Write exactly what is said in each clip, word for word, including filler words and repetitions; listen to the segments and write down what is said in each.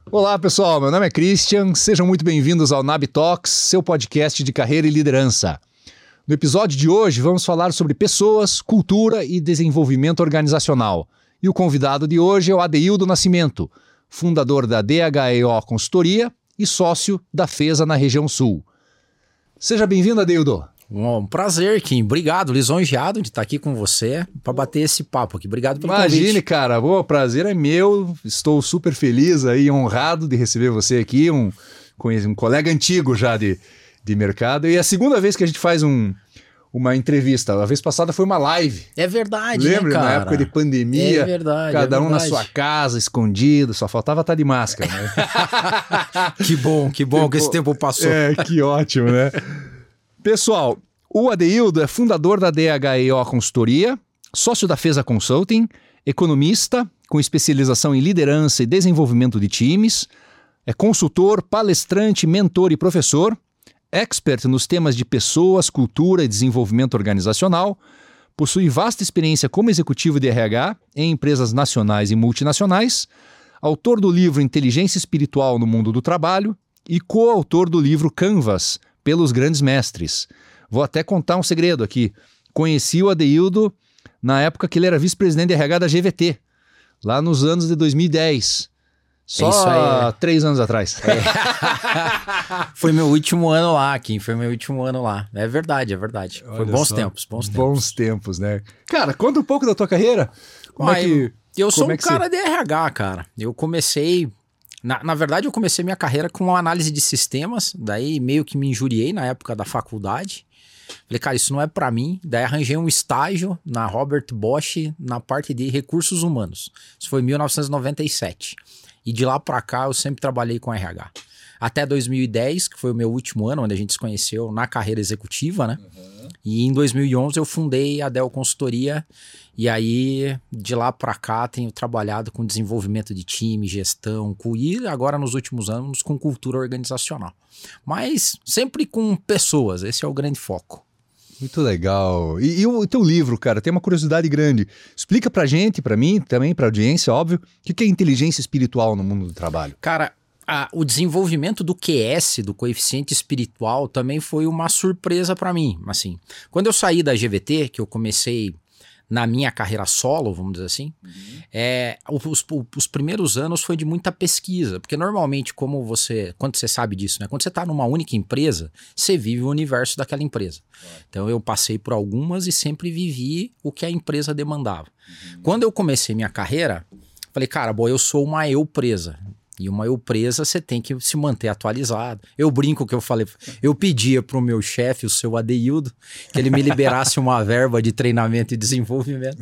Olá pessoal, meu nome é Christian, sejam muito bem-vindos ao Nab Talks, seu podcast de carreira e liderança. No episódio de hoje vamos falar sobre pessoas, cultura e desenvolvimento organizacional. E o convidado de hoje é o Adeildo Nascimento, fundador da D H E O Consultoria e sócio da Feza na região sul. Seja bem-vindo, Adeildo. Um prazer, Kim. Obrigado, lisonjeado de estar aqui com você para bater esse papo aqui. Obrigado pelo Imagine, convite. cara. O prazer é meu. Estou super feliz e honrado de receber você aqui, um, um colega antigo já de, de mercado. E é a segunda vez que a gente faz um, uma entrevista. A vez passada foi uma live. É verdade, Lembra? né, cara? Na época de pandemia. É verdade, cada é um na verdade. sua casa, escondido. Só faltava estar de máscara, né? Que bom, que bom que que esse bom. tempo passou. É, que ótimo, né? Pessoal, o Adeildo é fundador da D H E O Consultoria, sócio da Feza Consulting, economista com especialização em liderança e desenvolvimento de times, é consultor, palestrante, mentor e professor, expert nos temas de pessoas, cultura e desenvolvimento organizacional, possui vasta experiência como executivo de R H em empresas nacionais e multinacionais, autor do livro Inteligência Espiritual no Mundo do Trabalho e coautor do livro Canvas, pelos grandes mestres. Vou até contar um segredo aqui. Conheci o Adeildo na época que ele era vice-presidente de R H da G V T, lá nos anos de dois mil e dez. Só Isso aí, é. três anos atrás. É. Foi meu último ano lá, Kim. Foi meu último ano lá. É verdade, é verdade. Foi Olha bons só. tempos, bons tempos. Bons tempos, né? Cara, conta um pouco da tua carreira. Como Ah, é que... Eu sou como um é que cara você... de R H, cara. Eu comecei... Na, na verdade, eu comecei minha carreira com uma análise de sistemas, daí meio que me injuriei na época da faculdade. Falei, cara, isso não é pra mim. Daí arranjei um estágio na Robert Bosch na parte de recursos humanos. Isso foi em mil novecentos e noventa e sete. E de lá pra cá eu sempre trabalhei com R H. Até dois mil e dez, que foi o meu último ano, onde a gente se conheceu na carreira executiva, né? Uhum. E em dois mil e onze eu fundei a Dell Consultoria. E aí, de lá pra cá, tenho trabalhado com desenvolvimento de time, gestão, com, e agora nos últimos anos com cultura organizacional. Mas sempre com pessoas, esse é o grande foco. Muito legal. E, e o teu livro, cara, tem uma curiosidade grande. Explica pra gente, pra mim, também pra audiência, óbvio, o que é inteligência espiritual no mundo do trabalho? Cara, a, o desenvolvimento do Q S, do coeficiente espiritual, também foi uma surpresa pra mim. Assim, quando eu saí da G V T, que eu comecei na minha carreira solo, vamos dizer assim, uhum. é, os, os primeiros anos foi de muita pesquisa, porque normalmente, como você, quando você sabe disso, né? Quando você está numa única empresa, você vive o universo daquela empresa. Uhum. Então eu passei por algumas e sempre vivi o que a empresa demandava. Uhum. Quando eu comecei minha carreira, falei, cara, bom, eu sou uma eu presa. E uma eu presa, você tem que se manter atualizado. Eu brinco que eu falei, eu pedia pro meu chefe, o seu Adeildo, que ele me liberasse uma verba de treinamento e desenvolvimento.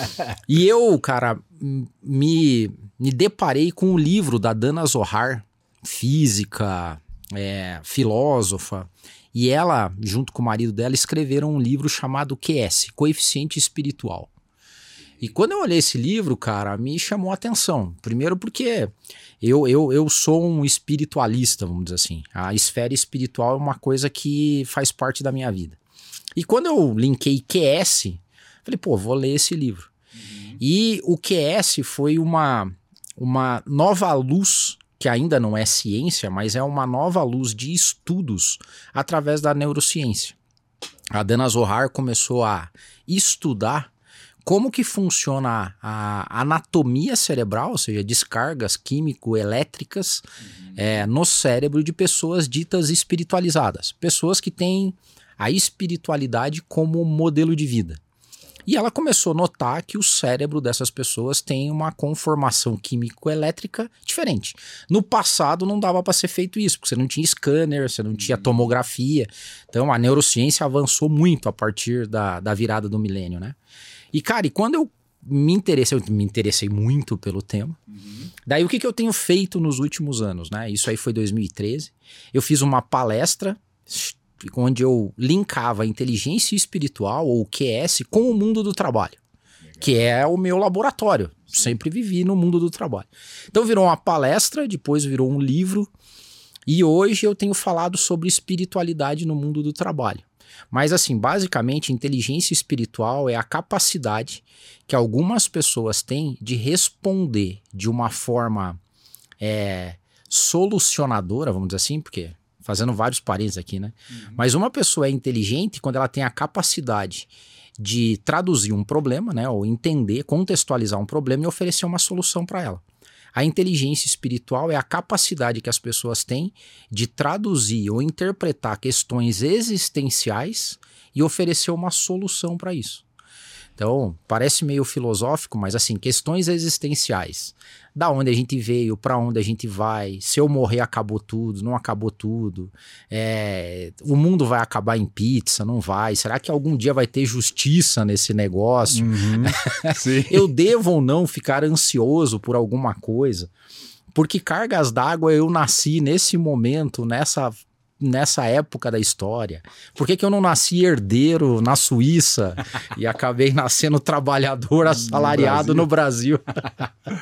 E eu, cara, me, me deparei com o livro da Dana Zohar, física, é, filósofa, e ela, junto com o marido dela, escreveram um livro chamado Q S, Coeficiente Espiritual. E quando eu olhei esse livro, cara, me chamou a atenção. Primeiro porque eu, eu, eu sou um espiritualista, vamos dizer assim. A esfera espiritual é uma coisa que faz parte da minha vida. E quando eu linkei Q S, falei, pô, vou ler esse livro. Uhum. E o Q S foi uma, uma nova luz, que ainda não é ciência, mas é uma nova luz de estudos através da neurociência. A Dana Zohar começou a estudar como que funciona a anatomia cerebral, ou seja, descargas químico-elétricas uhum. é, no cérebro de pessoas ditas espiritualizadas. Pessoas que têm a espiritualidade como modelo de vida. E ela começou a notar que o cérebro dessas pessoas tem uma conformação químico-elétrica diferente. No passado não dava para ser feito isso, porque você não tinha scanner, você não tinha tomografia. Então a neurociência avançou muito a partir da, da virada do milênio, né? E, cara, e quando eu me interessei, eu me interessei muito pelo tema, uhum. daí o que, que eu tenho feito nos últimos anos, né? Isso aí foi dois mil e treze. Eu fiz uma palestra onde eu linkava a inteligência espiritual, ou Q S, com o mundo do trabalho, legal. Que é o meu laboratório. Sim. Sempre vivi no mundo do trabalho. Então virou uma palestra, depois virou um livro, e hoje eu tenho falado sobre espiritualidade no mundo do trabalho. Mas assim, basicamente, inteligência espiritual é a capacidade que algumas pessoas têm de responder de uma forma é, solucionadora, vamos dizer assim, porque fazendo vários parênteses aqui, né? Uhum. Mas uma pessoa é inteligente quando ela tem a capacidade de traduzir um problema, né? Ou entender, contextualizar um problema e oferecer uma solução para ela. A inteligência espiritual é a capacidade que as pessoas têm de traduzir ou interpretar questões existenciais e oferecer uma solução para isso. Então, parece meio filosófico, mas assim, questões existenciais. Da onde a gente veio, para onde a gente vai, se eu morrer acabou tudo, não acabou tudo, é, o mundo vai acabar em pizza, não vai, será que algum dia vai ter justiça nesse negócio? Uhum, sim. Eu devo ou não ficar ansioso por alguma coisa? Por que cargas d'água eu nasci nesse momento, nessa... nessa época da história? Por que que eu não nasci herdeiro na Suíça e acabei nascendo trabalhador assalariado no Brasil? No Brasil?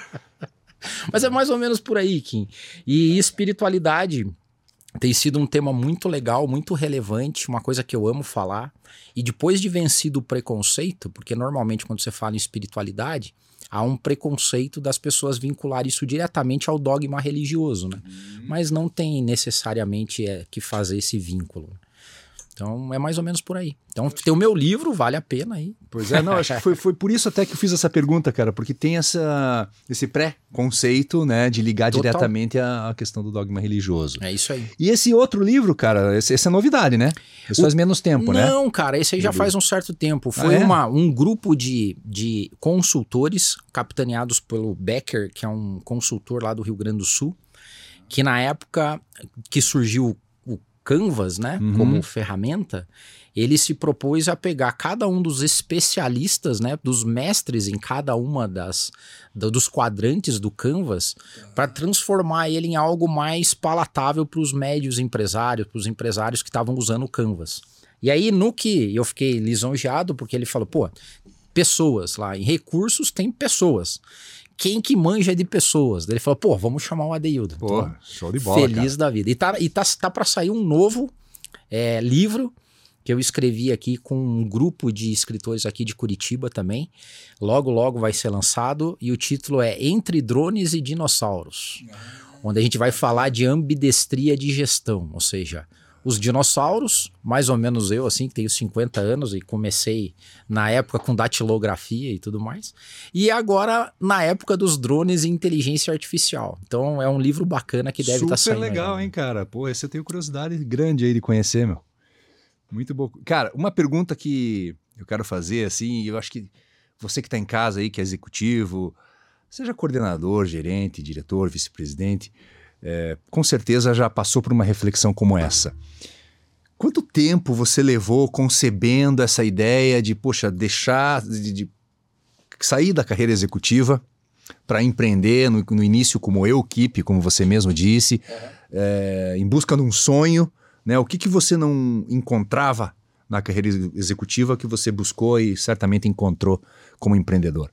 Mas é mais ou menos por aí, Kim. E espiritualidade tem sido um tema muito legal, muito relevante, uma coisa que eu amo falar. E depois de vencido o preconceito, porque normalmente quando você fala em espiritualidade, há um preconceito das pessoas vincular isso diretamente ao dogma religioso, né? Uhum. Mas não tem necessariamente é, que fazer esse vínculo. Então é mais ou menos por aí. Então tem o meu livro, vale a pena aí. Pois é, não, acho que foi, foi por isso até que eu fiz essa pergunta, cara, porque tem essa, esse pré-conceito, né, de ligar Total. diretamente à, à questão do dogma religioso. É isso aí. E esse outro livro, cara, esse, essa é novidade, né? Isso o... faz menos tempo, não, né? Não, cara, esse aí já faz um certo tempo. Foi ah, é? uma, um grupo de, de consultores capitaneados pelo Becker, que é um consultor lá do Rio Grande do Sul, que na época que surgiu Canvas, né, uhum. como ferramenta, ele se propôs a pegar cada um dos especialistas, né, dos mestres em cada uma das do, dos quadrantes do Canvas, para transformar ele em algo mais palatável para os médios empresários, para os empresários que estavam usando o Canvas. E aí, no que eu fiquei lisonjeado, porque ele falou, pô, pessoas lá, em recursos tem pessoas. Quem que manja de pessoas? Ele falou, pô, vamos chamar o Adeildo. Pô, então, show de bola, feliz cara. da vida. E tá, e tá, tá para sair um novo é, livro que eu escrevi aqui com um grupo de escritores aqui de Curitiba também. Logo, logo vai ser lançado. E o título é Entre Drones e Dinossauros. Uhum. Onde a gente vai falar de ambidestria de gestão. Ou seja, os dinossauros, mais ou menos eu, assim, que tenho cinquenta anos e comecei na época com datilografia e tudo mais. E agora na época dos drones e inteligência artificial. Então é um livro bacana que deve estar tá saindo. Super legal, aí, hein, cara? Pô, esse eu tenho curiosidade grande aí de conhecer, meu. Muito bom. Cara, uma pergunta que eu quero fazer, assim, eu acho que você que está em casa aí, que é executivo, seja coordenador, gerente, diretor, vice-presidente, É, com certeza já passou por uma reflexão como essa. Quanto tempo você levou concebendo essa ideia de, poxa, deixar, de, de sair da carreira executiva para empreender no, no início como eu, Keep, como você mesmo disse, uhum. é, em busca de um sonho, né? O que, que você não encontrava na carreira executiva que você buscou e certamente encontrou como empreendedor?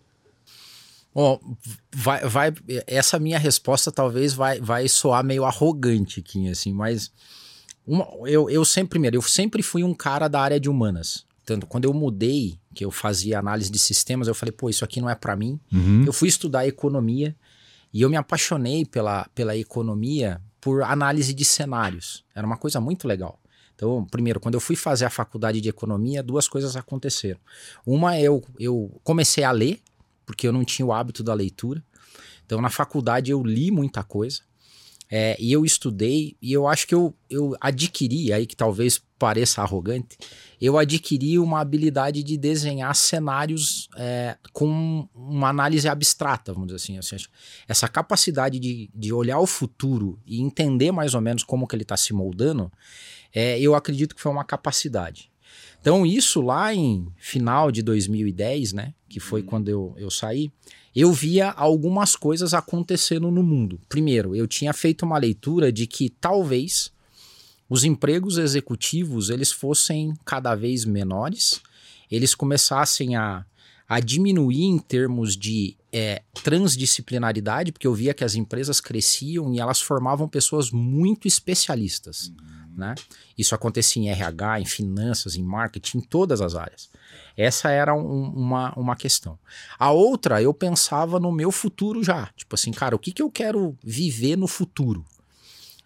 Bom, vai, vai, essa minha resposta talvez vai, vai soar meio arrogante, Kim, assim, mas uma, eu, eu sempre, primeiro, eu sempre fui um cara da área de humanas. Tanto quando eu mudei, que eu fazia análise de sistemas, eu falei, pô, isso aqui não é para mim. Uhum. Eu fui estudar economia e eu me apaixonei pela, pela economia por análise de cenários. Era uma coisa muito legal. Então, primeiro, quando eu fui fazer a faculdade de economia, duas coisas aconteceram. Uma, eu, eu comecei a ler, porque eu não tinha o hábito da leitura. Então, na faculdade, eu li muita coisa. É, e eu estudei, e eu acho que eu, eu adquiri, aí que talvez pareça arrogante, eu adquiri uma habilidade de desenhar cenários é, com uma análise abstrata, vamos dizer assim. assim essa capacidade de, de olhar o futuro e entender mais ou menos como que ele está se moldando, é, eu acredito que foi uma capacidade. Então isso lá em final de dois mil e dez, né, que foi uhum. quando eu, eu saí, eu via algumas coisas acontecendo no mundo. Primeiro, eu tinha feito uma leitura de que talvez os empregos executivos eles fossem cada vez menores, eles começassem a, a diminuir em termos de é, transdisciplinaridade, porque eu via que as empresas cresciam e elas formavam pessoas muito especialistas. Uhum. Né? Isso acontecia em R H, em finanças, em marketing, em todas as áreas. Essa era um, uma, uma questão. A outra, eu pensava no meu futuro já. Tipo assim, cara, o que, que eu quero viver no futuro?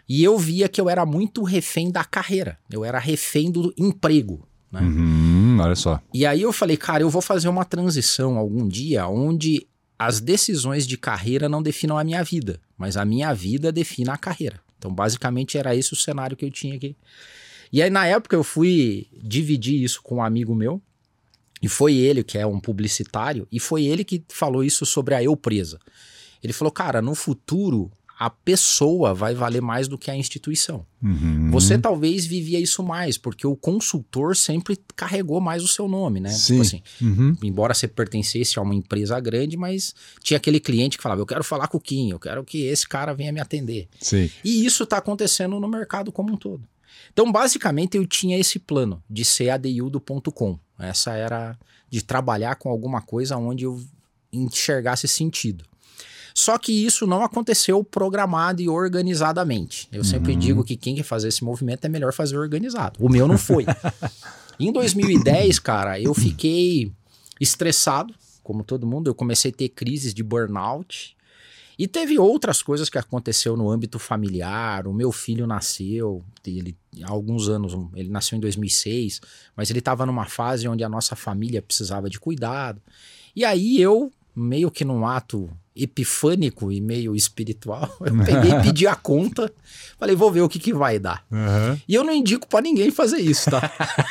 E eu via que eu era muito refém da carreira. Eu era refém do emprego. Né? Uhum, olha só. E aí eu falei, cara, eu vou fazer uma transição algum dia onde as decisões de carreira não definam a minha vida, mas a minha vida defina a carreira. Então, basicamente, era esse o cenário que eu tinha aqui. E aí, na época, eu fui dividir isso com um amigo meu, e foi ele, que é um publicitário, e foi ele que falou isso sobre a eu presa. Ele falou, cara, no futuro, a pessoa vai valer mais do que a instituição. Uhum. Você talvez vivia isso mais, porque o consultor sempre carregou mais o seu nome, né? Sim. Tipo assim, uhum. embora você pertencesse a uma empresa grande, mas tinha aquele cliente que falava, eu quero falar com o Kim, eu quero que esse cara venha me atender. Sim. E isso está acontecendo no mercado como um todo. Então, basicamente, eu tinha esse plano de ser adeildo ponto com. Essa era de trabalhar com alguma coisa onde eu enxergasse sentido. Só que isso não aconteceu programado e organizadamente. Eu sempre uhum. digo que quem quer fazer esse movimento é melhor fazer organizado. O meu não foi. Em dois mil e dez, cara, eu fiquei estressado, como todo mundo. Eu comecei a ter crises de burnout. E teve outras coisas que aconteceu no âmbito familiar. O meu filho nasceu, ele, há alguns anos, ele nasceu em dois mil e seis, mas ele estava numa fase onde a nossa família precisava de cuidado. E aí eu, meio que num ato epifânico e meio espiritual, eu peguei e pedi a conta, falei, vou ver o que, que vai dar. Uhum. E eu não indico pra ninguém fazer isso, tá?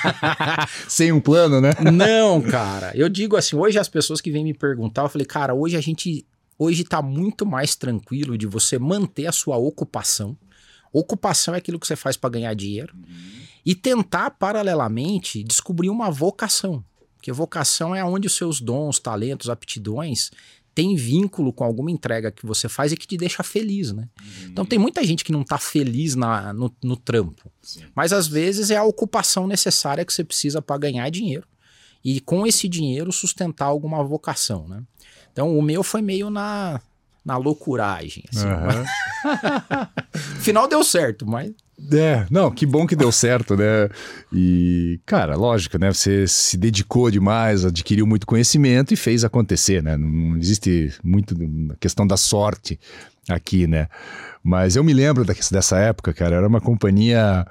Sem um plano, né? Não, cara. Eu digo assim, hoje as pessoas que vêm me perguntar, eu falei, cara, hoje a gente, hoje tá muito mais tranquilo de você manter a sua ocupação. Ocupação é aquilo que você faz para ganhar dinheiro. Uhum. E tentar, paralelamente, descobrir uma vocação. Porque vocação é onde os seus dons, talentos, aptidões tem vínculo com alguma entrega que você faz e que te deixa feliz, né? Uhum. Então tem muita gente que não tá feliz na, no, no trampo. Sim. Mas às vezes é a ocupação necessária que você precisa para ganhar dinheiro. E com esse dinheiro sustentar alguma vocação, né? Então o meu foi meio na, na loucuragem. Assim. Uhum. No final deu certo, mas... É, não, que bom que deu certo, né? E, cara, lógico, né? Você se dedicou demais, adquiriu muito conhecimento e fez acontecer, né? Não existe muito a questão da sorte aqui, né? Mas eu me lembro dessa época, cara, era uma companhia...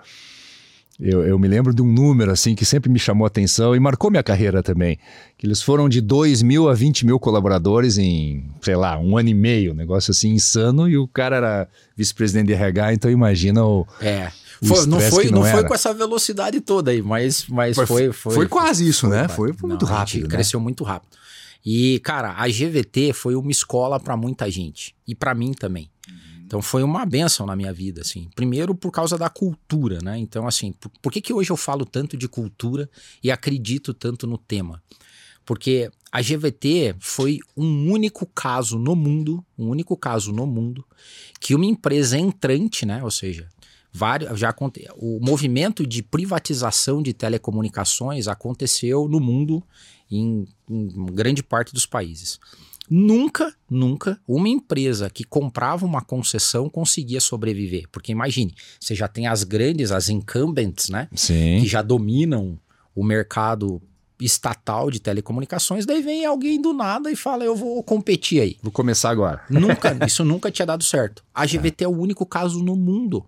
Eu, eu me lembro de um número, assim, que sempre me chamou a atenção e marcou minha carreira também. Que eles foram de dois mil a vinte mil colaboradores em, sei lá, um ano e meio. Um negócio assim insano. E o cara era vice-presidente de R H, então imagina o... É, o foi, não, foi, não, não foi era. com essa velocidade toda aí, mas, mas foi, foi, foi... Foi quase isso, foi, né? Foi, foi, foi não, muito rápido, né? Cresceu muito rápido. E, cara, a G V T foi uma escola para muita gente. E para mim também. Então foi uma bênção na minha vida, assim. Primeiro por causa da cultura, né? Então, assim, por, por que que hoje eu falo tanto de cultura e acredito tanto no tema? Porque a G V T foi um único caso no mundo, um único caso no mundo, que uma empresa entrante, né? Ou seja, vários, já aconte, o movimento de privatização de telecomunicações aconteceu no mundo em, em grande parte dos países. Nunca, nunca uma empresa que comprava uma concessão conseguia sobreviver. Porque imagine, você já tem as grandes, as incumbents, né? Sim. Que já dominam o mercado estatal de telecomunicações. Daí vem alguém do nada e fala, eu vou competir aí. Vou começar agora. Nunca, isso nunca tinha dado certo. A G V T é, é o único caso no mundo.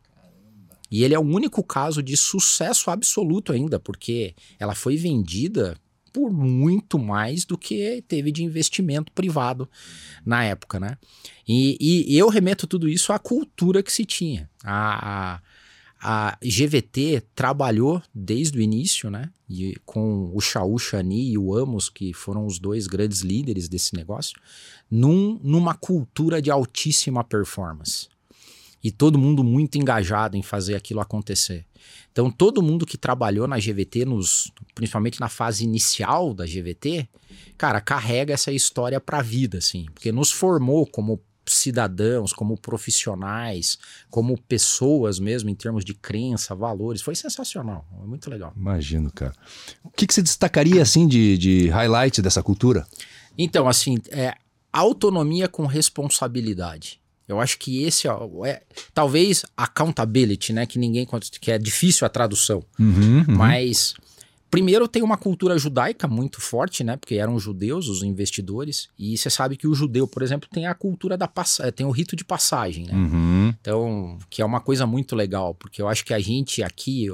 E ele é o único caso de sucesso absoluto ainda, porque ela foi vendida... por muito mais do que teve de investimento privado na época, né? E, e eu remeto tudo isso à cultura que se tinha. A, a, a G V T trabalhou desde o início, né? E com o Shaul Shani e o Amos, que foram os dois grandes líderes desse negócio, num, numa cultura de altíssima performance. E todo mundo muito engajado em fazer aquilo acontecer. Então, todo mundo que trabalhou na G V T, nos, principalmente na fase inicial da G V T, cara, carrega essa história pra vida, assim. Porque nos formou como cidadãos, como profissionais, como pessoas mesmo, em termos de crença, valores. Foi sensacional, muito legal. Imagino, cara. O que, que você destacaria, assim, de, de highlight dessa cultura? Então, assim, é autonomia com responsabilidade. Eu acho que esse é, é talvez accountability, né? Que ninguém que é difícil a tradução, uhum, uhum. mas Primeiro tem uma cultura judaica muito forte, né? Porque eram judeus os investidores. E você sabe que o judeu, por exemplo, tem a cultura da passagem, tem o rito de passagem, né? Uhum. Então, que é uma coisa muito legal, porque eu acho que a gente aqui,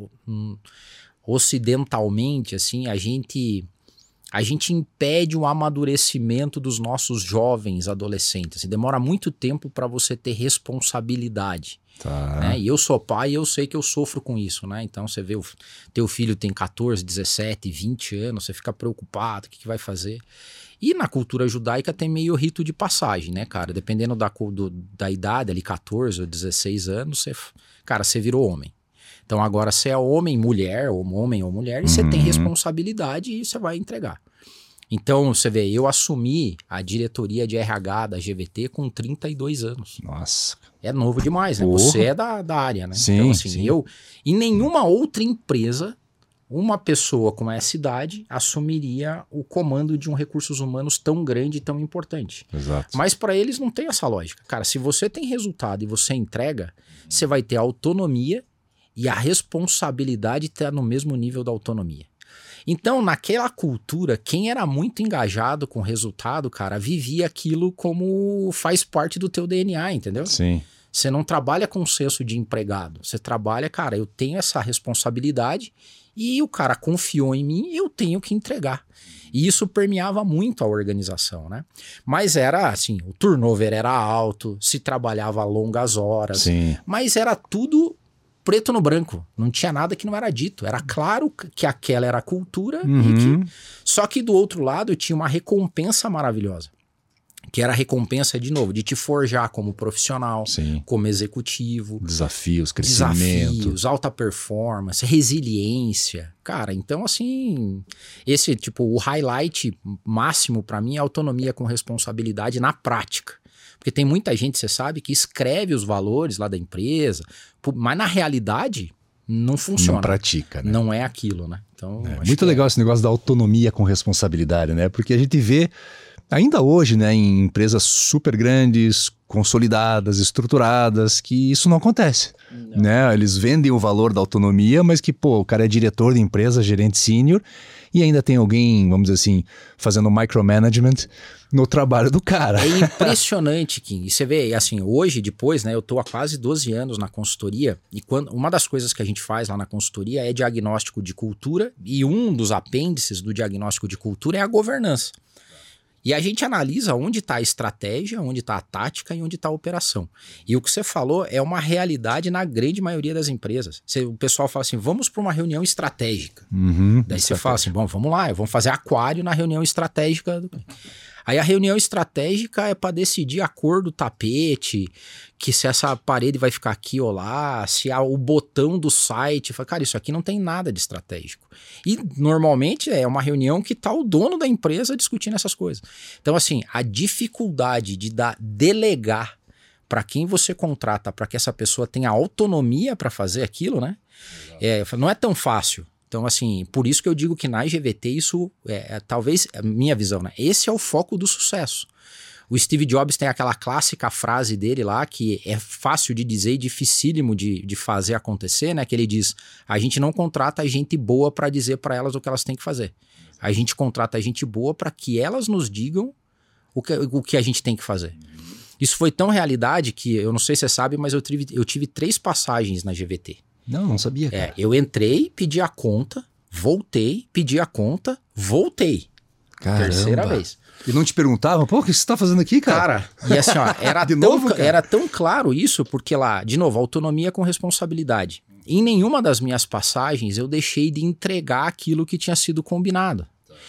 ocidentalmente, assim, a gente, a gente impede o amadurecimento dos nossos jovens adolescentes. E demora muito tempo para você ter responsabilidade. Tá. Né? E eu sou pai e eu sei que eu sofro com isso, né? Então você vê, o teu filho tem catorze, dezessete, vinte anos, você fica preocupado, o que, que vai fazer? E na cultura judaica tem meio rito de passagem, né, cara? Dependendo da, do, da idade, ali catorze ou dezesseis anos, você, cara, você virou homem. Então agora você é homem, mulher, ou homem ou mulher, e você uhum. tem responsabilidade e você vai entregar. Então, você vê, eu assumi a diretoria de R H da G V T com trinta e dois anos. Nossa. É novo demais, né? Porra. Você é da, da área, né? Sim, então, assim, sim. eu... Em nenhuma outra empresa, uma pessoa com essa idade assumiria o comando de um recursos humanos tão grande e tão importante. Exato. Mas para eles não tem essa lógica. Cara, se você tem resultado e você entrega, você vai ter autonomia e a responsabilidade está no mesmo nível da autonomia. Então, naquela cultura, quem era muito engajado com o resultado, cara, vivia aquilo como faz parte do teu D N A, entendeu? Sim. Você não trabalha com senso de empregado. Você trabalha, cara, eu tenho essa responsabilidade e o cara confiou em mim, eu tenho que entregar. E isso permeava muito a organização, né? Mas era assim, o turnover era alto, se trabalhava longas horas, Sim. mas era tudo preto no branco, não tinha nada que não era dito, era claro que aquela era a cultura, uhum. e que... só que do outro lado tinha uma recompensa maravilhosa, que era a recompensa, de novo, de te forjar como profissional, Sim. como executivo. Desafios, crescimento. Desafios, alta performance, resiliência. Cara, então assim, esse tipo, o highlight máximo para mim é autonomia com responsabilidade na prática. Porque tem muita gente, você sabe, que escreve os valores lá da empresa, mas na realidade não funciona. Não pratica, né? Não é aquilo, né? Então, é muito legal é... esse negócio da autonomia com responsabilidade, né? Porque a gente vê, ainda hoje, né, em empresas super grandes, consolidadas, estruturadas, que isso não acontece. Não. Né? Eles vendem o valor da autonomia, mas que, pô, o cara é diretor da empresa, gerente sênior, e ainda tem alguém, vamos dizer assim, fazendo micromanagement no trabalho do cara. É impressionante, Kim. E você vê, assim, hoje, depois, né, eu tô há quase doze anos na consultoria, e quando, uma das coisas que a gente faz lá na consultoria é diagnóstico de cultura, e um dos apêndices do diagnóstico de cultura é a governança. E a gente analisa onde está a estratégia, onde está a tática e onde está a operação. E o que você falou é uma realidade na grande maioria das empresas. Você, o pessoal fala assim, vamos para uma reunião estratégica. Uhum, Daí você fala assim, bom, vamos lá, vamos fazer aquário na reunião estratégica. Aí a reunião estratégica é para decidir a cor do tapete, que se essa parede vai ficar aqui ou lá, se há o botão do site. Fala, cara, isso aqui não tem nada de estratégico. E normalmente é uma reunião que está o dono da empresa discutindo essas coisas. Então, assim, a dificuldade de dar, delegar para quem você contrata, para que essa pessoa tenha autonomia para fazer aquilo, né? É, não é tão fácil. Então, assim, por isso que eu digo que na G V T isso é, é talvez, a minha visão, né? Esse é o foco do sucesso. O Steve Jobs tem aquela clássica frase dele lá, que é fácil de dizer e dificílimo de, de fazer acontecer, né? Que ele diz, a gente não contrata gente boa para dizer para elas o que elas têm que fazer. A gente contrata gente boa para que elas nos digam o que, o que a gente tem que fazer. Isso foi tão realidade que, eu não sei se você sabe, mas eu tive, eu tive três passagens na G V T. Não, não sabia, cara. É, eu entrei, pedi a conta, voltei, pedi a conta, voltei. Caramba. Terceira vez. E não te perguntavam, pô, o que você tá fazendo aqui, cara? Cara, e assim, ó, era, de tão, novo, cara? era tão claro isso, porque lá, de novo, autonomia com responsabilidade. Em nenhuma das minhas passagens eu deixei de entregar aquilo que tinha sido combinado.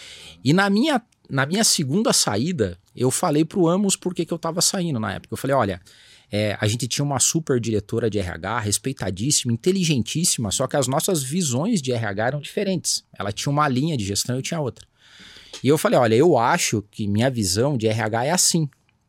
E na minha, na minha segunda saída, eu falei pro Amos por que que eu tava saindo na época. Eu falei, olha... É, a gente tinha uma super diretora de R H, respeitadíssima, inteligentíssima, só que as nossas visões de R H eram diferentes. Ela tinha uma linha de gestão e eu tinha outra. E eu falei, olha, eu acho que minha visão de R H é assim.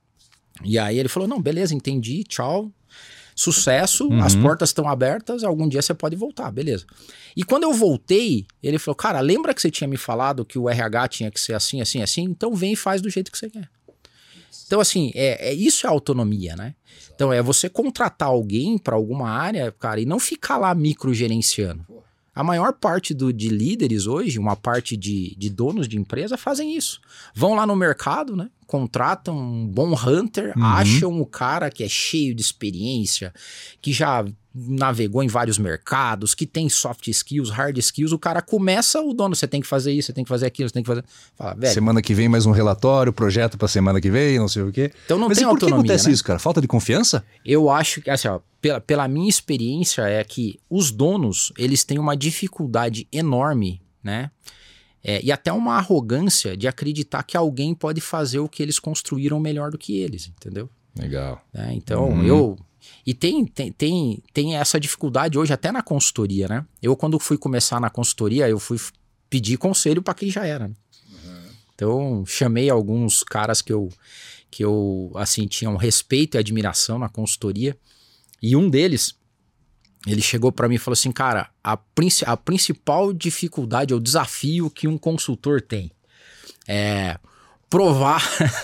E aí ele falou, não, beleza, entendi, tchau, sucesso, uhum. As portas estão abertas, algum dia você pode voltar, beleza. E quando eu voltei, ele falou, cara, lembra que você tinha me falado que o R H tinha que ser assim, assim, assim? Então vem e faz do jeito que você quer. Então, assim, é, é, isso é autonomia, né? Então, é você contratar alguém para alguma área, cara, e não ficar lá microgerenciando. A maior parte do, de líderes hoje, uma parte de, de donos de empresa fazem isso. Vão lá no mercado, né? Contratam um bom hunter, uhum. acham o cara que é cheio de experiência, que já navegou em vários mercados, que tem soft skills, hard skills. O cara começa, o dono, você tem que fazer isso, você tem que fazer aquilo, você tem que fazer... Fala, velho, semana que vem mais um relatório, projeto pra semana que vem, não sei o quê. Então não Mas tem e por autonomia, que acontece né? isso, cara? Falta de confiança? Eu acho que, assim, ó, pela, pela minha experiência é que os donos, eles têm uma dificuldade enorme, né? É, e até uma arrogância de acreditar que alguém pode fazer o que eles construíram melhor do que eles, entendeu? Legal. É, então, uhum. eu... E tem, tem, tem, tem essa dificuldade hoje até na consultoria, né? Eu, quando fui começar na consultoria, eu fui pedir conselho para quem já era, né? Uhum. Então, chamei alguns caras que eu, que eu, assim, tinha um respeito e admiração na consultoria. E um deles, ele chegou para mim e falou assim, cara, a, princi- a principal dificuldade ou desafio que um consultor tem é provar,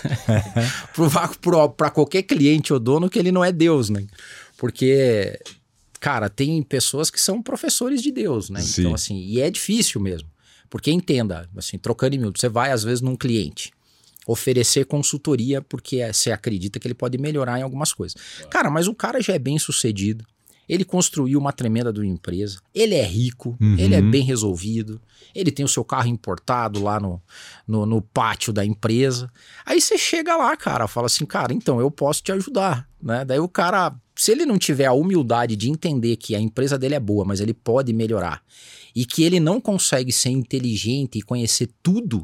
provar para qualquer cliente ou dono que ele não é Deus, né? Porque, cara, tem pessoas que são professores de Deus, né? Sim. Então, assim, e é difícil mesmo. Porque entenda, assim, trocando em miúdo, você vai às vezes num cliente oferecer consultoria porque você acredita que ele pode melhorar em algumas coisas. Cara, mas o cara já é bem sucedido, ele construiu uma tremenda de uma empresa, ele é rico, uhum. ele é bem resolvido, ele tem o seu carro importado lá no, no, no pátio da empresa. Aí você chega lá, cara, fala assim, cara, então eu posso te ajudar, né? Daí o cara, se ele não tiver a humildade de entender que a empresa dele é boa, mas ele pode melhorar, e que ele não consegue ser inteligente e conhecer tudo,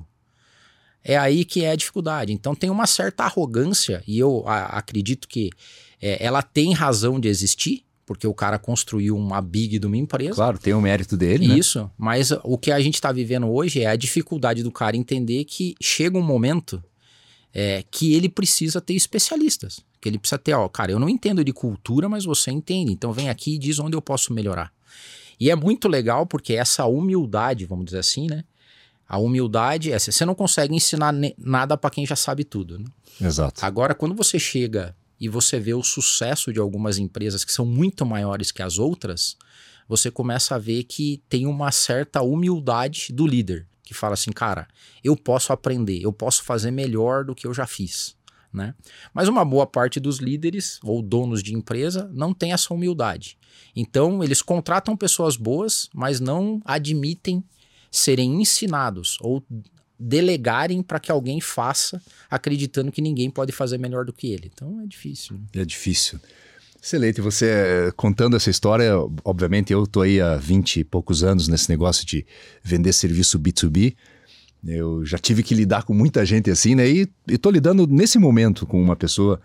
é aí que é a dificuldade. Então tem uma certa arrogância, e eu a, acredito que é, ela tem razão de existir, porque o cara construiu uma big de uma empresa. Claro, tem o mérito dele, né? Isso, mas o que a gente está vivendo hoje é a dificuldade do cara entender que chega um momento é, que ele precisa ter especialistas. Que ele precisa ter, ó, cara, eu não entendo de cultura, mas você entende. Então vem aqui e diz onde eu posso melhorar. E é muito legal porque essa humildade, vamos dizer assim, né? A humildade é, você não consegue ensinar nada para quem já sabe tudo, né? Exato. Agora, quando você chega e você vê o sucesso de algumas empresas que são muito maiores que as outras, você começa a ver que tem uma certa humildade do líder, que fala assim, cara, eu posso aprender, eu posso fazer melhor do que eu já fiz, né? Mas uma boa parte dos líderes ou donos de empresa não tem essa humildade. Então, eles contratam pessoas boas, mas não admitem serem ensinados ou delegarem para que alguém faça, acreditando que ninguém pode fazer melhor do que ele. Então é difícil. Né? É difícil. Excelente, você contando essa história, obviamente eu estou aí há vinte e poucos anos nesse negócio de vender serviço B dois B, eu já tive que lidar com muita gente assim, né, e estou lidando nesse momento com uma pessoa,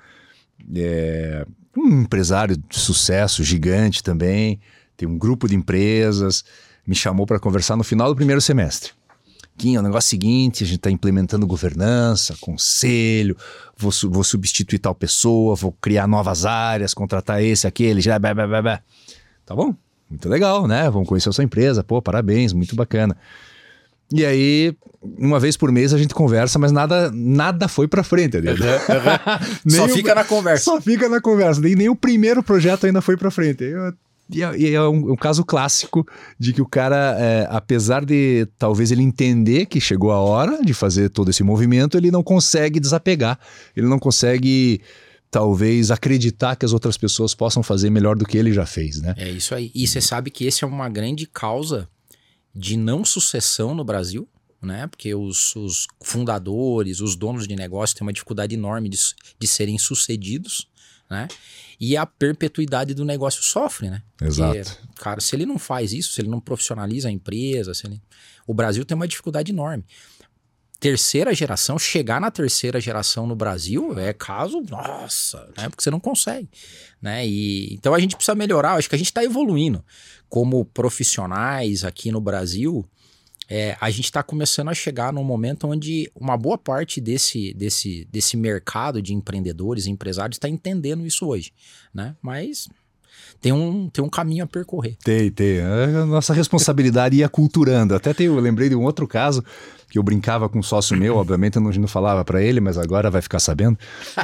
é, um empresário de sucesso, gigante também, tem um grupo de empresas, me chamou para conversar no final do primeiro semestre. Quinha, o negócio é o seguinte, a gente está implementando governança, conselho, vou, su- vou substituir tal pessoa, vou criar novas áreas, contratar esse, aquele, já, blá, blá, blá, blá. Tá bom? Muito legal, né? Vamos conhecer a sua empresa, pô, parabéns, muito bacana. E aí, uma vez por mês a gente conversa, mas nada, nada foi pra frente. Uhum, uhum. Só o, fica na conversa. Só fica na conversa, nem, nem o primeiro projeto ainda foi pra frente. Eu, E é, e é um, um caso clássico de que o cara, é, apesar de talvez ele entender que chegou a hora de fazer todo esse movimento, ele não consegue desapegar, ele não consegue talvez acreditar que as outras pessoas possam fazer melhor do que ele já fez, né? É isso aí. E você sabe que esse é uma grande causa de não sucessão no Brasil, né? Porque os, os fundadores, os donos de negócio têm uma dificuldade enorme de, de serem sucedidos, né? E a perpetuidade do negócio sofre, né? Exato. Porque, cara, se ele não faz isso, se ele não profissionaliza a empresa, se ele... o Brasil tem uma dificuldade enorme. Terceira geração, chegar na terceira geração no Brasil é caso, nossa, né? Porque você não consegue, né? E, então a gente precisa melhorar, acho que a gente está evoluindo. Como profissionais aqui no Brasil, é, a gente está começando a chegar num momento onde uma boa parte desse, desse, desse mercado de empreendedores, empresários, está entendendo isso hoje, né? Mas tem um, tem um caminho a percorrer. Tem, tem. A nossa responsabilidade ir aculturando. Até tem, eu lembrei de um outro caso que eu brincava com um sócio meu, obviamente eu não, não falava para ele, mas agora vai ficar sabendo.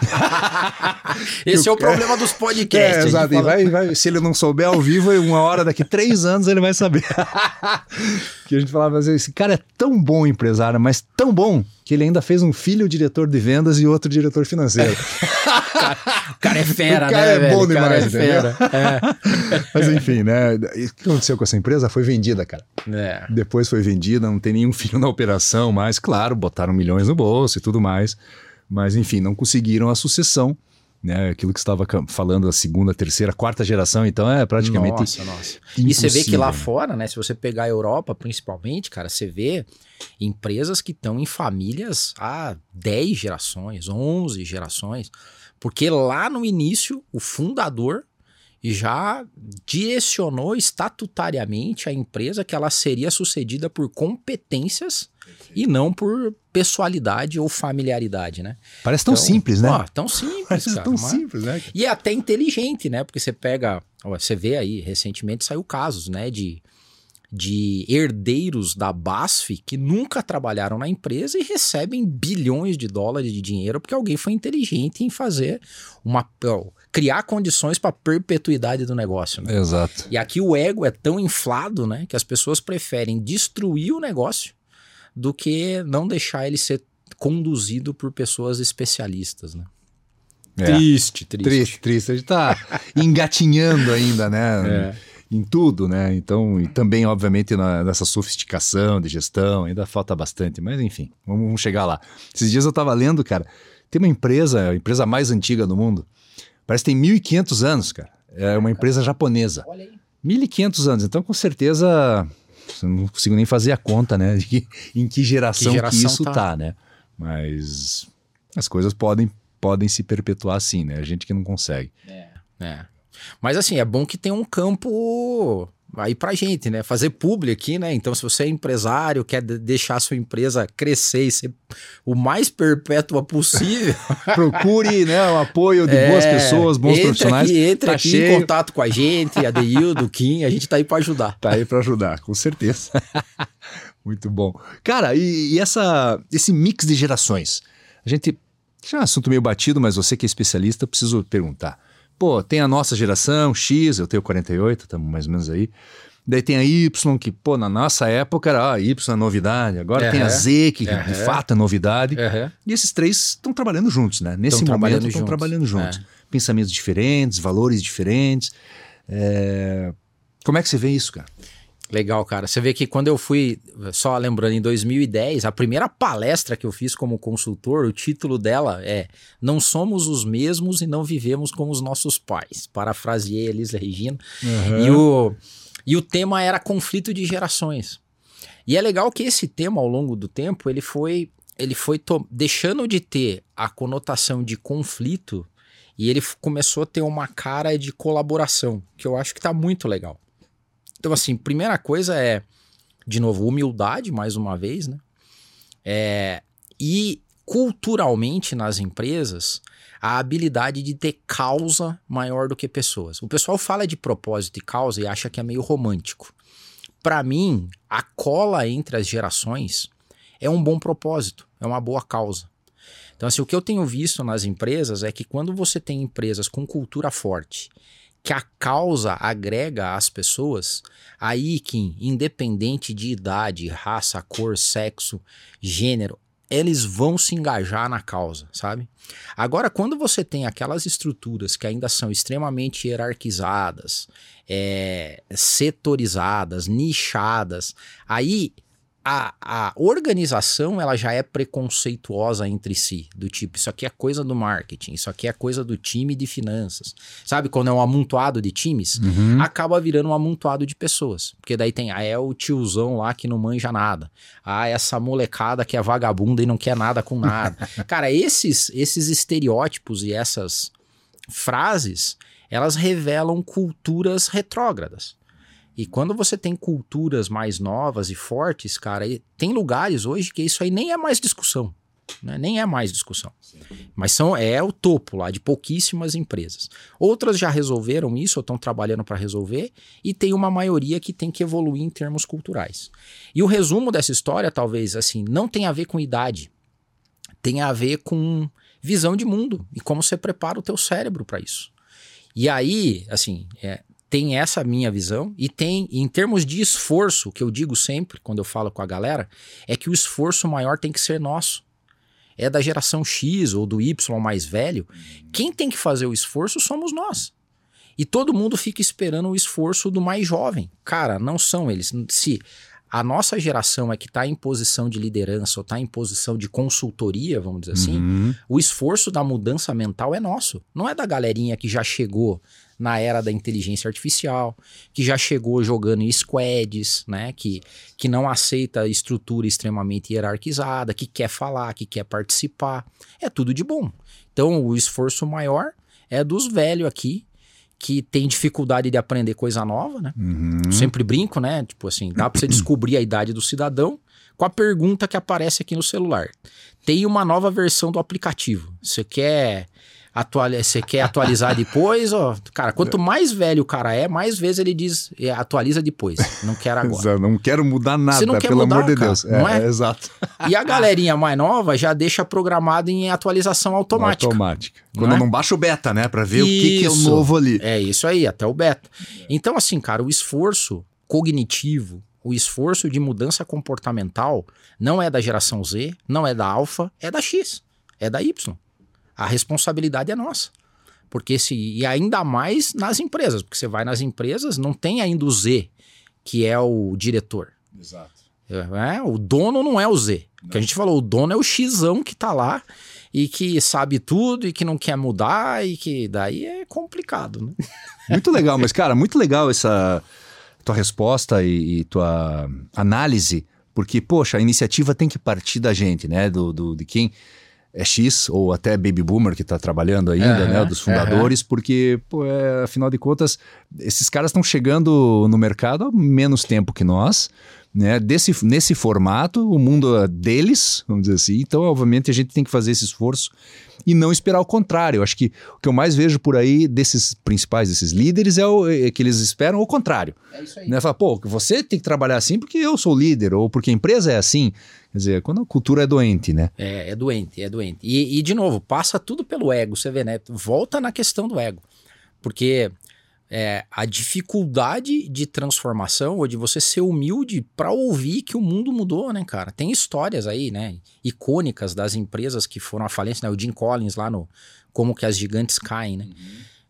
Esse é o problema dos podcasts. É, exato. Fala... E vai, vai, se ele não souber ao vivo, uma hora, daqui três anos, ele vai saber. Que a gente falava assim, esse cara é tão bom empresário, mas tão bom, que ele ainda fez um filho diretor de vendas e outro diretor financeiro. o, cara, o cara é fera, o cara né, é velho? bom O cara demais, é fera. É. Mas enfim, né? O que aconteceu com essa empresa? Foi vendida, cara. É. Depois foi vendida, não tem nenhum filho na operação, mas claro, botaram milhões no bolso e tudo mais. Mas enfim, não conseguiram a sucessão, né? Aquilo que você estava falando, a segunda, terceira, quarta geração, então é praticamente Nossa, nossa. E você vê que lá fora, né? Se você pegar a Europa, principalmente, cara, você vê empresas que estão em famílias há dez gerações, onze gerações, porque lá no início, o fundador já direcionou estatutariamente a empresa que ela seria sucedida por competências e não por pessoalidade ou familiaridade, né? Parece tão então, simples, né? Ó, tão simples, Parece cara. tão Mas... simples, né? E é até inteligente, né? Porque você pega... Ó, você vê aí, recentemente saiu casos, né? De, de herdeiros da B A S F que nunca trabalharam na empresa e recebem bilhões de dólares de dinheiro porque alguém foi inteligente em fazer uma... Ó, criar condições para perpetuidade do negócio, né? Exato. E aqui o ego é tão inflado, né? Que as pessoas preferem destruir o negócio do que não deixar ele ser conduzido por pessoas especialistas, né? É. Triste, triste. Triste, triste. A gente tá engatinhando ainda, né? É. Em tudo, né? Então, e também, obviamente, na, nessa sofisticação de gestão, ainda falta bastante. Mas, enfim, vamos, vamos chegar lá. Esses dias eu tava lendo, cara, tem uma empresa, a empresa mais antiga do mundo, parece que tem mil e quinhentos anos, cara. É uma empresa japonesa. Olha aí. mil e quinhentos anos. Então, com certeza, eu não consigo nem fazer a conta, né? De que, em que geração, que, geração que isso tá. tá, né? Mas as coisas podem, podem se perpetuar assim, né? A gente que não consegue. É, é. Mas assim, é bom que tem um campo aí pra gente, né? Fazer publi aqui, né? Então, se você é empresário, quer deixar a sua empresa crescer e ser o mais perpétua possível... Procure, né, o apoio de é, boas pessoas, bons entre profissionais. Aqui, entre tá aqui cheio. em contato com a gente, a Adeildo, o Kim, a gente tá aí pra ajudar. Tá aí pra ajudar, com certeza. Muito bom. Cara, e, e essa, esse mix de gerações? A gente... Já é um assunto meio batido, mas você que é especialista, eu preciso perguntar. Pô, tem a nossa geração, X, eu tenho quarenta e oito, estamos mais ou menos aí. Daí tem a Y, que, pô, na nossa época era ah, Y é novidade. Agora uhum. tem a Z, que uhum. de fato é novidade. Uhum. E esses três estão trabalhando juntos, né? Nesse tão momento estão trabalhando juntos. É. Pensamentos diferentes, valores diferentes. É... Como é que você vê isso, cara? Legal, cara. Você vê que quando eu fui, só lembrando, em dois mil e dez, a primeira palestra que eu fiz como consultor, o título dela é Não somos os mesmos e não vivemos como os nossos pais. Parafraseei a Elis Regina. Uhum. E, o, e o tema era conflito de gerações. E é legal que esse tema, ao longo do tempo, ele foi, ele foi to- deixando de ter a conotação de conflito e ele começou a ter uma cara de colaboração, que eu acho que tá muito legal. Então, assim, primeira coisa é, de novo, humildade, mais uma vez, né? É, e culturalmente nas empresas, a habilidade de ter causa maior do que pessoas. O pessoal fala de propósito e causa e acha que é meio romântico. Para mim, a cola entre as gerações é um bom propósito, é uma boa causa. Então, assim, o que eu tenho visto nas empresas é que quando você tem empresas com cultura forte, que a causa agrega às pessoas, aí que, independente de idade, raça, cor, sexo, gênero, eles vão se engajar na causa, sabe? Agora, quando você tem aquelas estruturas que ainda são extremamente hierarquizadas, é, setorizadas, nichadas, aí a, a organização ela já é preconceituosa entre si, do tipo, isso aqui é coisa do marketing, isso aqui é coisa do time de finanças. Sabe, quando é um amontoado de times, uhum. acaba virando um amontoado de pessoas. Porque daí tem, ah, é o tiozão lá que não manja nada. Ah, essa molecada que é vagabunda e não quer nada com nada. Cara, esses, esses estereótipos e essas frases, elas revelam culturas retrógradas. E quando você tem culturas mais novas e fortes, cara, tem lugares hoje que isso aí nem é mais discussão. Né? Nem é mais discussão. Sim. Mas são, é o topo lá de pouquíssimas empresas. Outras já resolveram isso ou estão trabalhando para resolver e tem uma maioria que tem que evoluir em termos culturais. E o resumo dessa história, talvez, assim, não tem a ver com idade. Tem a ver com visão de mundo e como você prepara o teu cérebro para isso. E aí, assim, é, tem essa minha visão e tem, em termos de esforço, que eu digo sempre quando eu falo com a galera, é que o esforço maior tem que ser nosso. É da geração X ou do Y mais velho. Quem tem que fazer o esforço somos nós. E todo mundo fica esperando o esforço do mais jovem. Cara, não são eles. Se a nossa geração é que está em posição de liderança ou está em posição de consultoria, vamos dizer assim, uhum. o esforço da mudança mental é nosso. Não é da galerinha que já chegou na era da inteligência artificial, que já chegou jogando em squads, né? que, que não aceita estrutura extremamente hierarquizada, que quer falar, que quer participar. É tudo de bom. Então o esforço maior é dos velhos aqui, que tem dificuldade de aprender coisa nova, né? Uhum. Eu sempre brinco, né? Tipo assim, dá pra você descobrir a idade do cidadão com a pergunta que aparece aqui no celular. Tem uma nova versão do aplicativo. Você quer, atuali- você quer atualizar depois? Ó, cara, quanto mais velho o cara é, mais vezes ele diz atualiza depois. Não quero agora. Não quero mudar nada, não quer pelo mudar, amor de cara, Deus. Não é, é? é? Exato. E a galerinha mais nova já deixa programado em atualização automática. Automática. Quando não, não baixa o beta, né? Pra ver isso, o que, que é o novo ali. É isso aí, até o beta. Então, assim, cara, o esforço cognitivo, o esforço de mudança comportamental não é da geração Z, não é da alfa, é da X, é da Y. A responsabilidade é nossa. Porque se, e ainda mais nas empresas, porque você vai nas empresas, não tem ainda o Z, que é o diretor. Exato. É, o dono não é o Z. Não. Que a gente falou, o dono é o Xão que tá lá e que sabe tudo e que não quer mudar e que daí é complicado, né? Muito legal, mas cara, muito legal essa tua resposta e, e tua análise, porque, poxa, a iniciativa tem que partir da gente, né? Do, do, de quem é X ou até Baby Boomer que tá trabalhando ainda, uhum, né? Dos fundadores, uhum. porque, pô, é, afinal de contas, esses caras estão chegando no mercado há menos tempo que nós, né? Desse, nesse formato, o mundo é deles, vamos dizer assim, então obviamente a gente tem que fazer esse esforço e não esperar o contrário. Eu acho que o que eu mais vejo por aí desses principais, desses líderes, é, o, é que eles esperam o contrário. É isso aí. Né? Fala, pô, você tem que trabalhar assim porque eu sou líder, ou porque a empresa é assim. Quer dizer, quando a cultura é doente, né? É, é doente, é doente. E, e de novo, passa tudo pelo ego, você vê, né? Volta na questão do ego. Porque é, a dificuldade de transformação ou de você ser humilde para ouvir que o mundo mudou, né, cara? Tem histórias aí, né, icônicas das empresas que foram à falência, né? O Jim Collins lá no Como que as Gigantes Caem, né? Uhum.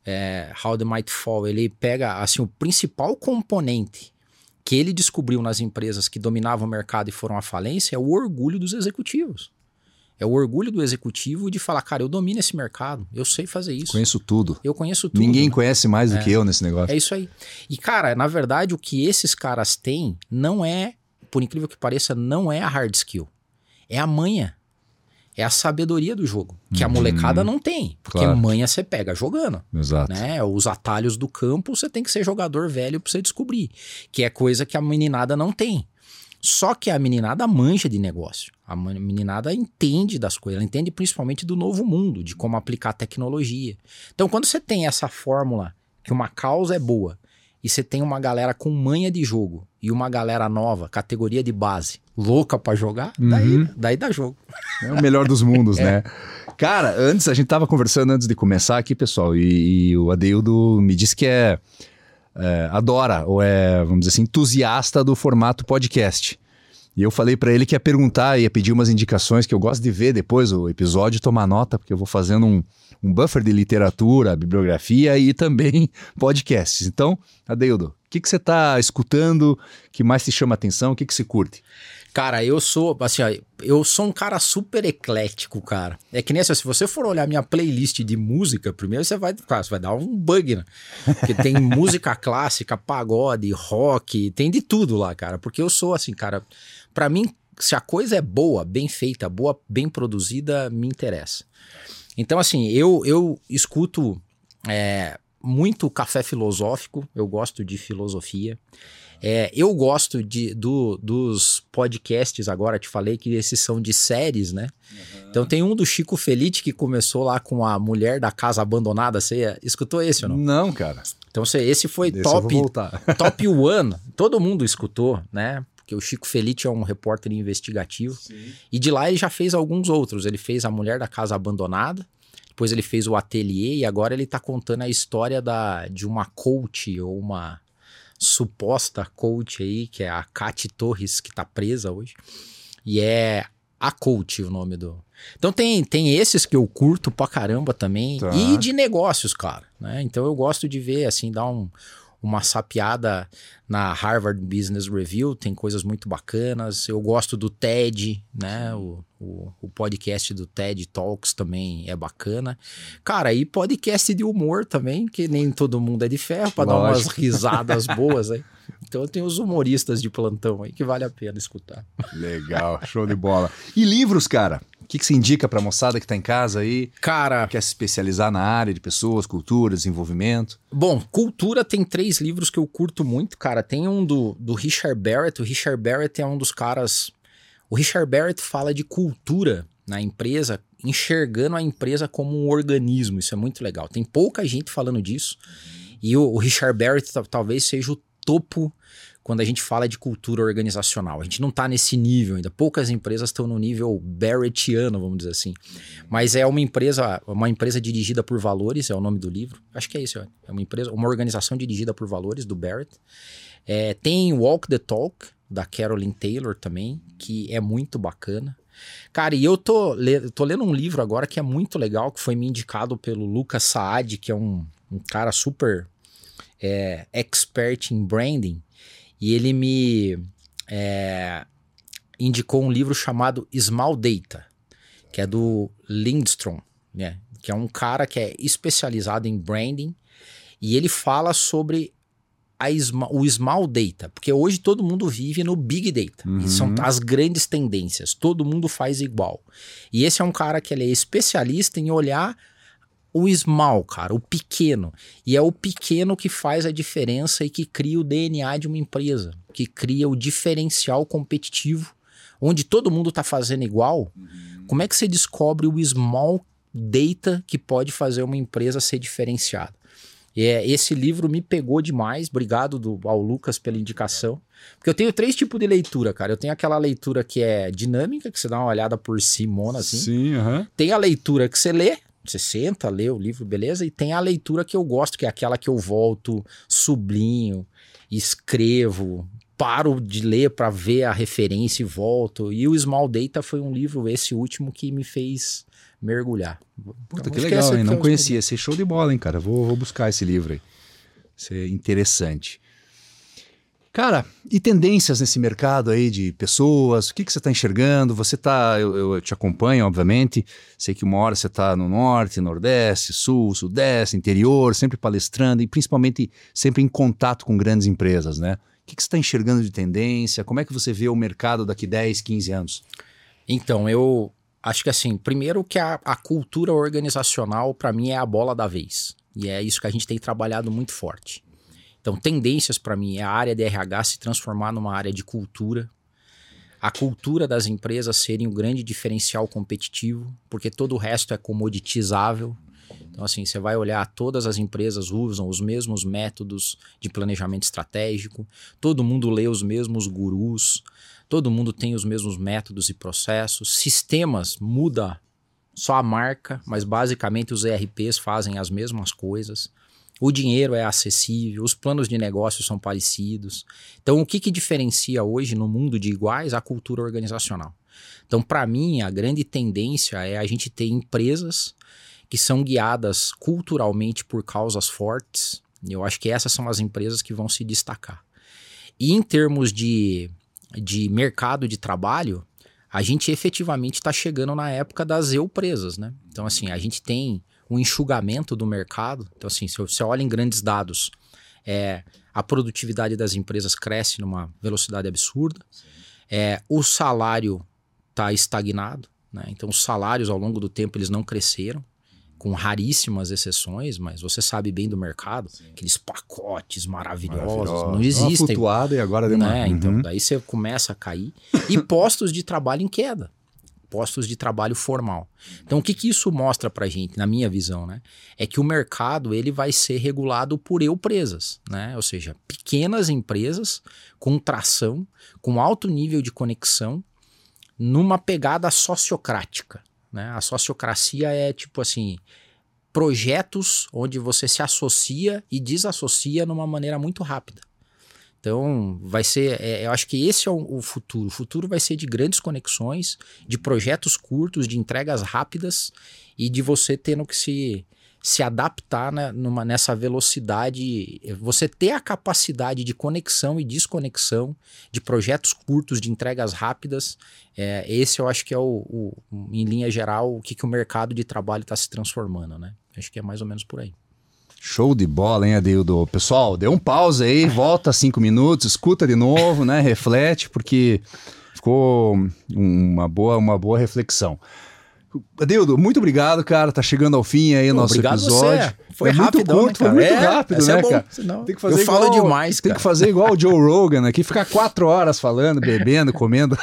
É, How the Might Fall. Ele pega, assim, o principal componente que ele descobriu nas empresas que dominavam o mercado e foram à falência é o orgulho dos executivos. É o orgulho do executivo de falar, cara, eu domino esse mercado, eu sei fazer isso. Conheço tudo. Eu conheço tudo. Ninguém conhece mais do é. que eu nesse negócio. É isso aí. E, cara, na verdade, o que esses caras têm não é, por incrível que pareça, não é a hard skill. É a manha. É a sabedoria do jogo. Que a molecada não tem. Porque claro. Manha você pega jogando. Exato. Né? Os atalhos do campo, você tem que ser jogador velho pra você descobrir. Que é coisa que a meninada não tem. Só que a meninada manja de negócio. A meninada entende das coisas. Ela entende principalmente do novo mundo, de como aplicar tecnologia. Então, quando você tem essa fórmula que uma causa é boa e você tem uma galera com manha de jogo e uma galera nova, categoria de base, louca pra jogar, uhum. daí, daí dá jogo. É o melhor dos mundos, é. né? Cara, antes, a gente tava conversando antes de começar aqui, pessoal, e, e o Adeildo me disse que é... É, adora, ou é, vamos dizer assim, entusiasta do formato podcast. E eu falei pra ele que ia perguntar, ia pedir umas indicações que eu gosto de ver depois o episódio, tomar nota, porque eu vou fazendo um, um buffer de literatura, bibliografia e também podcasts. Então, Adeildo, o que que você tá escutando, que mais te chama a atenção, o que que você curte? Cara, eu sou, assim, ó, eu sou um cara super eclético, cara. É que nem assim, se você for olhar minha playlist de música, primeiro você vai, claro, você vai dar um bug, né? Porque tem música clássica, pagode, rock, tem de tudo lá, cara. Porque eu sou assim, cara, pra mim, se a coisa é boa, bem feita, boa, bem produzida, me interessa. Então, assim, eu, eu escuto é, muito café filosófico, eu gosto de filosofia. É, eu gosto de, do, dos podcasts agora, te falei que esses são de séries, né? Uhum. Então tem um do Chico Felitti que começou lá com a Mulher da Casa Abandonada. Você escutou esse ou não? Não, cara. Então esse foi Desse top, top one. Todo mundo escutou, né? Porque o Chico Felitti é um repórter investigativo. Sim. E de lá ele já fez alguns outros. Ele fez a Mulher da Casa Abandonada. Depois ele fez o Ateliê. E agora ele tá contando a história da, de uma coach ou uma... suposta coach aí, que é a Cati Torres, que tá presa hoje. E é a coach o nome do... Então tem, tem esses que eu curto pra caramba também. Tá. E de negócios, cara, né? Então eu gosto de ver, assim, dar um, uma sapeada na Harvard Business Review. Tem coisas muito bacanas. Eu gosto do TED, né? O, o, o podcast do TED Talks também é bacana. Cara, e podcast de humor também, que nem todo mundo é de ferro, pra Lógico. Dar umas risadas boas aí. Então tem os humoristas de plantão aí que vale a pena escutar. Legal, show de bola. E livros, cara? O que, que você indica pra moçada que tá em casa aí? Cara... Quer se especializar na área de pessoas, cultura, desenvolvimento? Bom, cultura tem três livros que eu curto muito, cara. Tem um do, do Richard Barrett. O Richard Barrett é um dos caras... O Richard Barrett fala de cultura na empresa, enxergando a empresa como um organismo. Isso é muito legal. Tem pouca gente falando disso. E o, o Richard Barrett talvez seja o topo quando a gente fala de cultura organizacional. A gente não está nesse nível ainda. Poucas empresas estão no nível Barrettiano, vamos dizer assim. Mas é uma empresa, uma empresa dirigida por valores, é o nome do livro. Acho que é isso. É uma empresa, uma organização dirigida por valores, do Barrett. É, tem Walk the Talk, da Carolyn Taylor também, que é muito bacana. Cara, e eu tô, le- tô lendo um livro agora que é muito legal, que foi me indicado pelo Lucas Saad, que é um, um cara super é, expert em branding. E ele me é, indicou um livro chamado Small Data, que é do Lindstrom, né? Que é um cara que é especializado em branding. E ele fala sobre a sma- o Small Data, porque hoje todo mundo vive no Big Data. Uhum. E são as grandes tendências, todo mundo faz igual. E esse é um cara que ele é especialista em olhar o small, cara, o pequeno. E é o pequeno que faz a diferença e que cria o D N A de uma empresa, que cria o diferencial competitivo, onde todo mundo está fazendo igual. Uhum. Como é que você descobre o small data que pode fazer uma empresa ser diferenciada? E é, esse livro me pegou demais. Obrigado do, ao Lucas pela indicação. Porque eu tenho três tipos de leitura, cara. Eu tenho aquela leitura que é dinâmica, que você dá uma olhada por cima, assim. Sim, aham. Uhum. Tem a leitura que você lê, você senta, lê o livro, beleza? E tem a leitura que eu gosto, que é aquela que eu volto, sublinho, escrevo, paro de ler para ver a referência e volto. E o Small Data foi um livro, esse último, que me fez mergulhar. Puta, então, que legal, hein? Não conhecia. Esse show de bola, hein, cara? Vou, vou buscar esse livro aí. Isso é interessante. Cara, e tendências nesse mercado aí de pessoas? O que, que você está enxergando? Você tá, eu, eu te acompanho, obviamente. Sei que uma hora você está no norte, nordeste, sul, sudeste, interior, sempre palestrando e principalmente sempre em contato com grandes empresas, né? O que, que você está enxergando de tendência? Como é que você vê o mercado daqui dez, quinze anos? Então, eu acho que assim, primeiro que a, a cultura organizacional, para mim, é a bola da vez. E é isso que a gente tem trabalhado muito forte. Então, tendências para mim é a área de R H se transformar numa área de cultura. A cultura das empresas serem um grande diferencial competitivo, porque todo o resto é comoditizável. Então, assim, você vai olhar, todas as empresas usam os mesmos métodos de planejamento estratégico, todo mundo lê os mesmos gurus, todo mundo tem os mesmos métodos e processos, sistemas muda só a marca, mas basicamente os E R Ps fazem as mesmas coisas. O dinheiro é acessível, os planos de negócio são parecidos. Então, o que, que diferencia hoje no mundo de iguais? A cultura organizacional. Então, para mim, a grande tendência é a gente ter empresas que são guiadas culturalmente por causas fortes. Eu acho que essas são as empresas que vão se destacar. E em termos de, de mercado de trabalho, a gente efetivamente está chegando na época das eu-presas, né? Então, assim, a gente tem um enxugamento do mercado. Então, assim, se você olha em grandes dados, é, a produtividade das empresas cresce numa velocidade absurda, é, o salário está estagnado, né? Então os salários ao longo do tempo eles não cresceram. com raríssimas exceções, mas você sabe bem do mercado, Sim. aqueles pacotes maravilhosos, não existem. Uma flutuada e agora deu uma... né? Uhum. Então daí você começa a cair. E postos de trabalho em queda. Postos de trabalho formal. Então o que, que isso mostra pra gente, na minha visão, né? É que o mercado ele vai ser regulado por eu-presas, né? Ou seja, pequenas empresas com tração, com alto nível de conexão, numa pegada sociocrática, né? A sociocracia é tipo assim, projetos onde você se associa e desassocia numa maneira muito rápida. Então, vai ser, é, eu acho que esse é o, o futuro. O futuro vai ser de grandes conexões, de projetos curtos, de entregas rápidas e de você tendo que se, se adaptar né, numa, nessa velocidade. Você ter a capacidade de conexão e desconexão de projetos curtos, de entregas rápidas. É, esse eu acho que é, o, o em linha geral, o que, que o mercado de trabalho está se transformando, né? Acho que é mais ou menos por aí. Show de bola, hein, Adeildo? Pessoal, dê um pause aí, volta cinco minutos, escuta de novo, né? Reflete, porque ficou uma boa, uma boa reflexão. Adeildo, muito obrigado, cara. Tá chegando ao fim aí o nosso obrigado episódio. Você. Foi é rápido, muito curto, né, foi muito é, rápido, né, é bom. cara? Senão, tem que fazer eu igual, falo demais, Tem cara. que fazer igual o Joe Rogan aqui, ficar quatro horas falando, bebendo, comendo.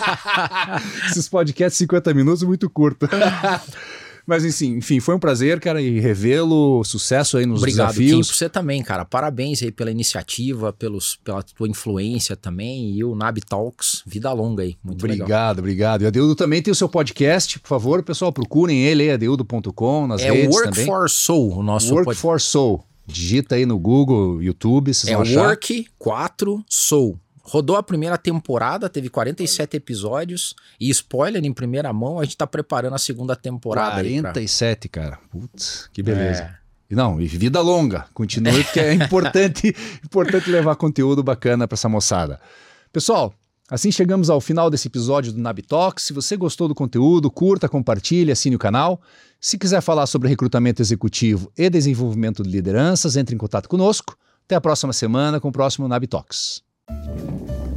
Esses podcasts cinquenta minutos, muito curto. Mas enfim, enfim, foi um prazer, cara, e revê-lo, sucesso aí nos Obrigado, desafios. Kim, você também, cara. Parabéns aí pela iniciativa, pelos, pela tua influência também e o Nab Talks, vida longa aí. Muito obrigado, legal. Obrigado. E a Adeildo também tem o seu podcast, por favor, pessoal, procurem ele aí, adeildo ponto com, nas é redes Work também. É Work for Soul, o nosso Work pod... for Soul. Digita aí no Google, YouTube, vocês é vão achar. Work quatro Soul. Rodou a primeira temporada, teve quarenta e sete episódios e spoiler em primeira mão, a gente tá preparando a segunda temporada. quarenta e sete, aí pra... cara. Putz, que beleza. É. E não, e vida longa. Continue, porque é importante, importante levar conteúdo bacana para essa moçada. Pessoal, assim chegamos ao final desse episódio do Nab Talks. Se você gostou do conteúdo, curta, compartilhe, assine o canal. Se quiser falar sobre recrutamento executivo e desenvolvimento de lideranças, entre em contato conosco. Até a próxima semana com o próximo Nab Talks.